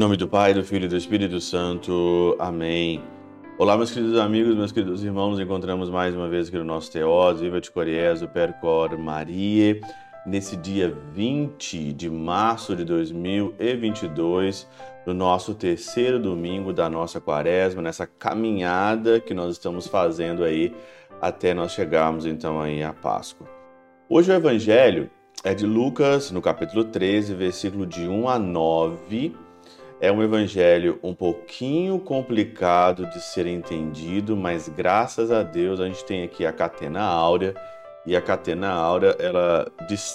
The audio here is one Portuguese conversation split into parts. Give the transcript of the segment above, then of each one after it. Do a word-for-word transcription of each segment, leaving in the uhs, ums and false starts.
Em nome do Pai, do Filho e do Espírito Santo. Amém. Olá, meus queridos amigos, meus queridos irmãos. Nos encontramos mais uma vez aqui no nosso Teós, Viva de Coriezo, Percor Maria, nesse dia vinte de março de dois mil e vinte e dois, no nosso terceiro domingo da nossa quaresma, nessa caminhada que nós estamos fazendo aí até nós chegarmos então aí à Páscoa. Hoje o Evangelho é de Lucas, no capítulo treze, versículo de um a nove. É um evangelho um pouquinho complicado de ser entendido, mas graças a Deus a gente tem aqui a Catena Áurea, e a Catena Áurea ela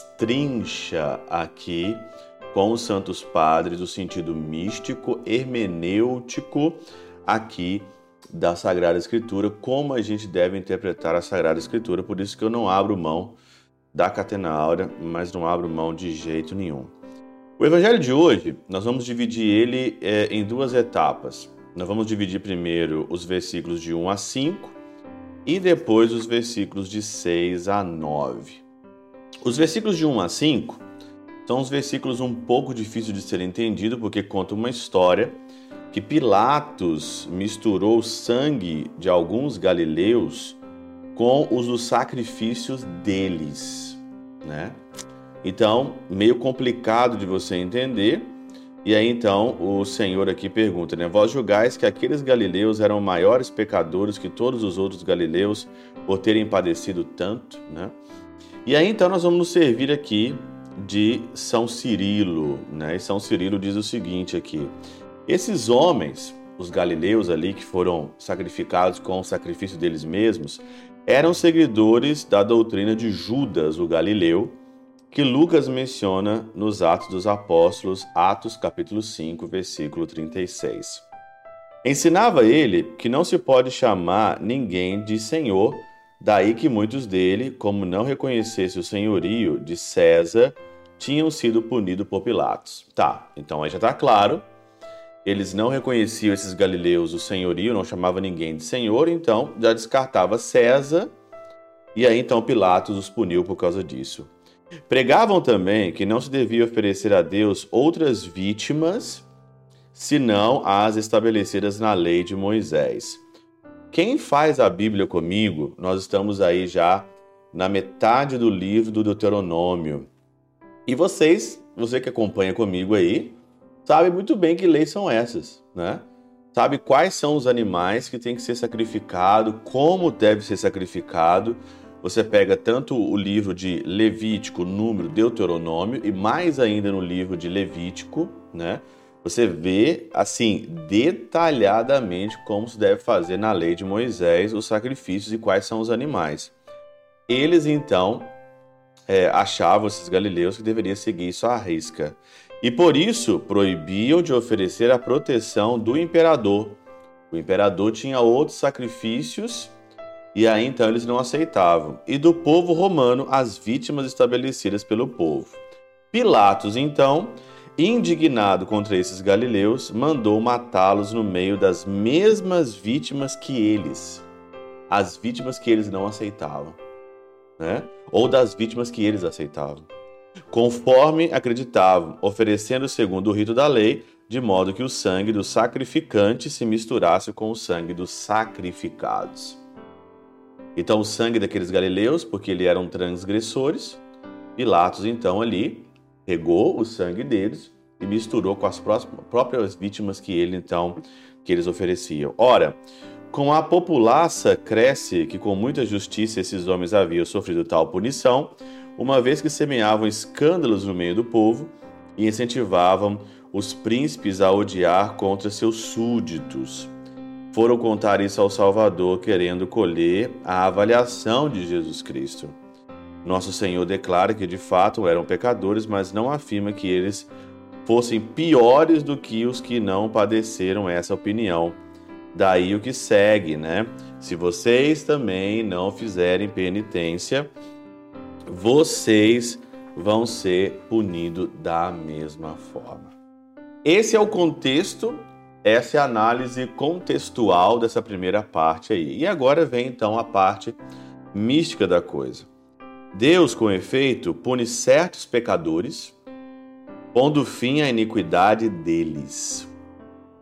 destrincha aqui com os Santos Padres o sentido místico, hermenêutico aqui da Sagrada Escritura, como a gente deve interpretar a Sagrada Escritura. Por isso que eu não abro mão da Catena Áurea, mas não abro mão de jeito nenhum. O evangelho de hoje, nós vamos dividir ele é, em duas etapas. Nós vamos dividir primeiro os versículos de um a cinco e depois os versículos de seis a nove. Os versículos de um a cinco são os versículos um pouco difíceis de ser entendido, porque conta uma história que Pilatos misturou o sangue de alguns galileus com os dos sacrifícios deles, né? Então, meio complicado de você entender. E aí, então, o Senhor aqui pergunta, né? Vós julgais que aqueles galileus eram maiores pecadores que todos os outros galileus por terem padecido tanto, né? E aí, então, nós vamos nos servir aqui de São Cirilo, né? E São Cirilo diz o seguinte aqui: esses homens, os galileus ali que foram sacrificados com o sacrifício deles mesmos, eram seguidores da doutrina de Judas, o Galileu, que Lucas menciona nos Atos dos Apóstolos, Atos capítulo cinco, versículo trinta e seis. Ensinava ele que não se pode chamar ninguém de Senhor, daí que muitos dele, como não reconhecesse o senhorio de César, tinham sido punidos por Pilatos. Tá, então aí já está claro, eles não reconheciam, esses galileus, o senhorio, não chamava ninguém de Senhor, então já descartava César, e aí então Pilatos os puniu por causa disso. Pregavam também que não se devia oferecer a Deus outras vítimas, senão as estabelecidas na lei de Moisés. Quem faz a Bíblia comigo, nós estamos aí já na metade do livro do Deuteronômio. E vocês, você que acompanha comigo aí, sabe muito bem que leis são essas, né? Sabe quais são os animais que têm que ser sacrificados, como deve ser sacrificado. Você pega tanto o livro de Levítico, Número, Deuteronômio e mais ainda no livro de Levítico, né? Você vê, assim, detalhadamente como se deve fazer na lei de Moisés os sacrifícios e quais são os animais. Eles, então, é, achavam, esses galileus, que deveriam seguir isso à risca. E por isso proibiam de oferecer a proteção do imperador. O imperador tinha outros sacrifícios, e aí então eles não aceitavam. E do povo romano, as vítimas estabelecidas pelo povo. Pilatos, então, indignado contra esses galileus, mandou matá-los no meio das mesmas vítimas que eles. As vítimas que eles não aceitavam, né? Ou das vítimas que eles aceitavam. Conforme acreditavam, oferecendo segundo o rito da lei, de modo que o sangue do sacrificante se misturasse com o sangue dos sacrificados. Então o sangue daqueles galileus, porque eles eram transgressores, Pilatos então ali pegou o sangue deles e misturou com as próprias vítimas que ele então que eles ofereciam. Ora, com a populaça cresce que com muita justiça esses homens haviam sofrido tal punição, uma vez que semeavam escândalos no meio do povo e incentivavam os príncipes a odiar contra seus súditos. Foram contar isso ao Salvador, querendo colher a avaliação de Jesus Cristo. Nosso Senhor declara que de fato eram pecadores, mas não afirma que eles fossem piores do que os que não padeceram essa opinião. Daí o que segue, né? Se vocês também não fizerem penitência, vocês vão ser punidos da mesma forma. Esse é o contexto. Essa é a análise contextual dessa primeira parte aí. E agora vem então a parte mística da coisa. Deus, com efeito, pune certos pecadores, pondo fim à iniquidade deles.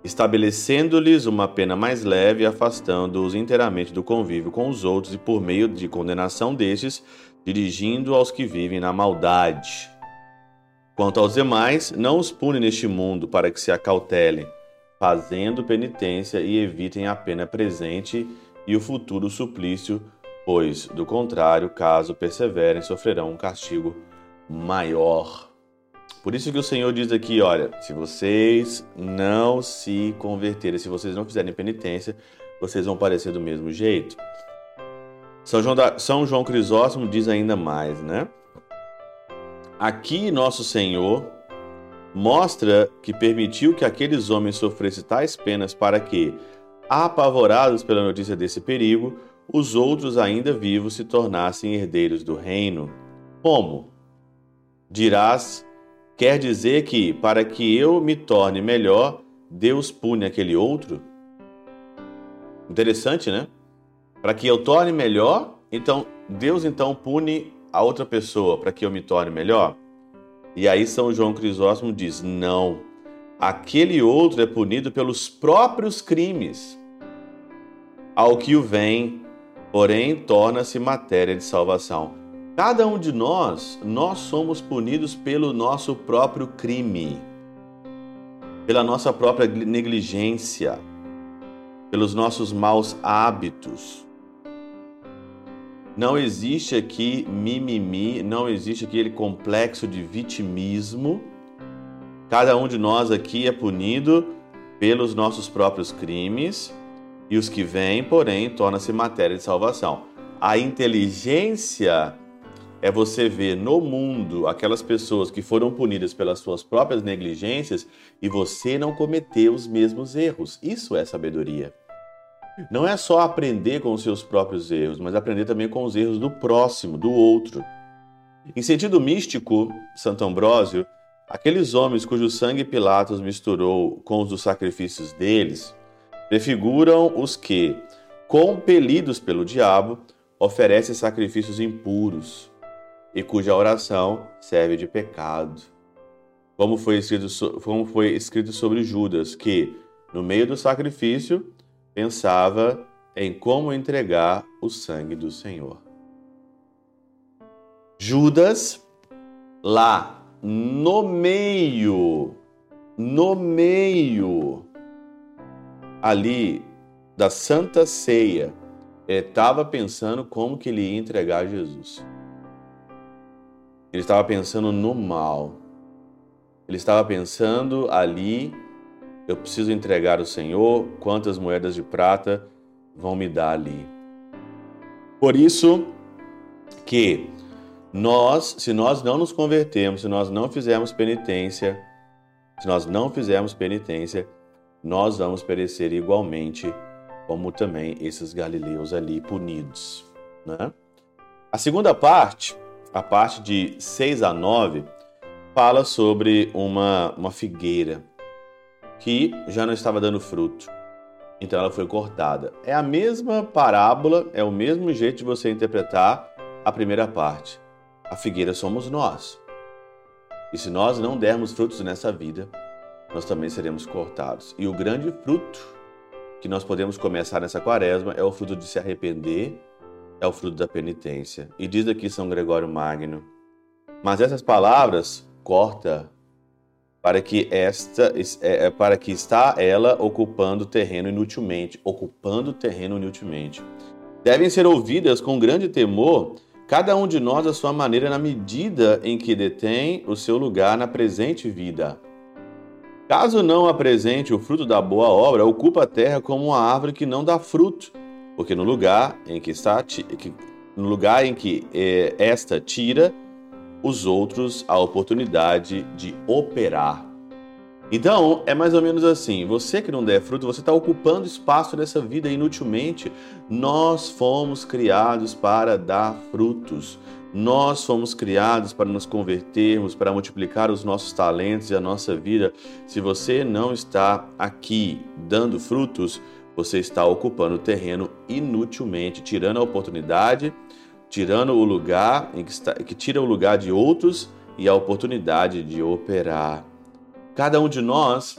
estabelecendo-lhes uma pena mais leve e afastando-os inteiramente do convívio com os outros e, por meio de condenação destes, dirigindo aos que vivem na maldade. Quanto aos demais, não os pune neste mundo para que se acautelem, fazendo penitência e evitem a pena presente e o futuro suplício, pois, do contrário, caso perseverem, sofrerão um castigo maior. Por isso que o Senhor diz aqui, olha, se vocês não se converterem, se vocês não fizerem penitência, vocês vão parecer do mesmo jeito. São João, da, São João Crisóstomo diz ainda mais, né? Aqui nosso Senhor mostra que permitiu que aqueles homens sofressem tais penas para que, apavorados pela notícia desse perigo, os outros ainda vivos se tornassem herdeiros do reino. Como? Dirás, quer dizer que, para que eu me torne melhor, Deus pune aquele outro? Interessante, né? Para que eu torne melhor, então Deus então pune a outra pessoa para que eu me torne melhor? E aí São João Crisóstomo diz, não, aquele outro é punido pelos próprios crimes. Ao que o vem, porém, torna-se matéria de salvação. Cada um de nós, nós somos punidos pelo nosso próprio crime, pela nossa própria negligência, pelos nossos maus hábitos. Não existe aqui mimimi, não existe aquele complexo de vitimismo. Cada um de nós aqui é punido pelos nossos próprios crimes e os que vêm, porém, torna-se matéria de salvação. A inteligência é você ver no mundo aquelas pessoas que foram punidas pelas suas próprias negligências e você não cometer os mesmos erros. Isso é sabedoria. Não é só aprender com os seus próprios erros, mas aprender também com os erros do próximo, do outro. Em sentido místico, Santo Ambrósio, aqueles homens cujo sangue Pilatos misturou com os dos sacrifícios deles, prefiguram os que, compelidos pelo diabo, oferecem sacrifícios impuros e cuja oração serve de pecado. Como foi escrito, como foi escrito sobre Judas, que, no meio do sacrifício, pensava em como entregar o sangue do Senhor. Judas, lá no meio, no meio ali da Santa Ceia, ele estava pensando como que ele ia entregar Jesus. Ele estava pensando no mal. Ele estava pensando ali, eu preciso entregar o Senhor, quantas moedas de prata vão me dar ali. Por isso que nós, se nós não nos convertermos, se nós não fizermos penitência, se nós não fizermos penitência, nós vamos perecer igualmente, como também esses galileus ali punidos, né? A segunda parte, a parte de seis a nove, fala sobre uma, uma figueira que já não estava dando fruto. Então ela foi cortada. É a mesma parábola, é o mesmo jeito de você interpretar a primeira parte. A figueira somos nós. E se nós não dermos frutos nessa vida, nós também seremos cortados. E o grande fruto que nós podemos começar nessa quaresma é o fruto de se arrepender, é o fruto da penitência. E diz aqui São Gregório Magno, mas essas palavras corta para que esta é, para que está ela ocupando terreno inutilmente, ocupando terreno inutilmente. Devem ser ouvidas com grande temor, cada um de nós à sua maneira, na medida em que detém o seu lugar na presente vida. Caso não apresente o fruto da boa obra, ocupa a terra como uma árvore que não dá fruto, porque no lugar em que está, no lugar em que é, esta tira os outros a oportunidade de operar. Então, é mais ou menos assim, você que não der fruto, você está ocupando espaço nessa vida inutilmente. Nós fomos criados para dar frutos. Nós fomos criados para nos convertermos, para multiplicar os nossos talentos e a nossa vida. Se você não está aqui dando frutos, você está ocupando o terreno inutilmente, tirando a oportunidade, tirando o lugar em que, está, que tira o lugar de outros e a oportunidade de operar. Cada um de nós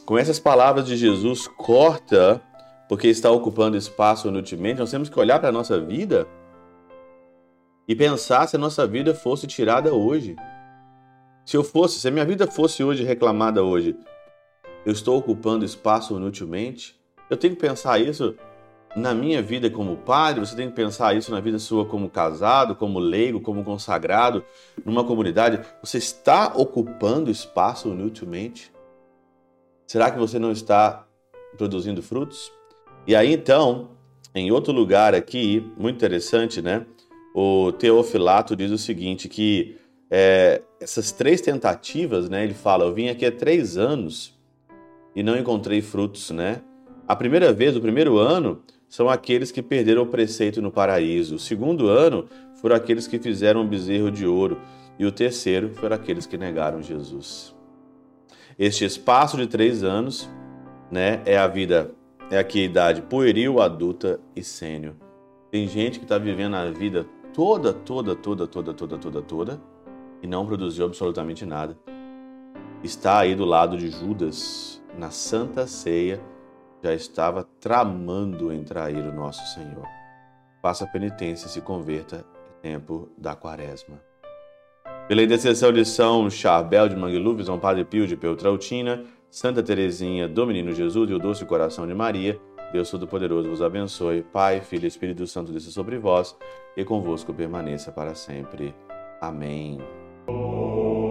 com essas palavras de Jesus, corta porque está ocupando espaço inutilmente, nós temos que olhar para a nossa vida e pensar se a nossa vida fosse tirada hoje. Se eu fosse, se a minha vida fosse hoje reclamada hoje, eu estou ocupando espaço inutilmente? Eu tenho que pensar isso na minha vida como padre, você tem que pensar isso na vida sua como casado, como leigo, como consagrado, numa comunidade. Você está ocupando espaço inutilmente? Será que você não está produzindo frutos? E aí, então, em outro lugar aqui, muito interessante, né? O Teofilato diz o seguinte, que é, essas três tentativas, né? Ele fala, eu vim aqui há três anos e não encontrei frutos, né? A primeira vez, o primeiro ano, são aqueles que perderam o preceito no paraíso. O segundo ano foram aqueles que fizeram um bezerro de ouro. E o terceiro foram aqueles que negaram Jesus. Este espaço de três anos, né, é a vida, é aqui a idade pueril, adulta e sênior. Tem gente que está vivendo a vida toda, toda, toda, toda, toda, toda, toda e não produziu absolutamente nada. Está aí do lado de Judas, na Santa Ceia, já estava tramando em trair o nosso Senhor. Faça penitência e se converta, é tempo da quaresma. Pela intercessão de São Charbel de Mangluf, São Padre Pio de Peltrautina, Santa Teresinha do Menino Jesus e o Doce Coração de Maria, Deus Todo-Poderoso vos abençoe, Pai, Filho e Espírito Santo desça sobre vós e convosco permaneça para sempre. Amém.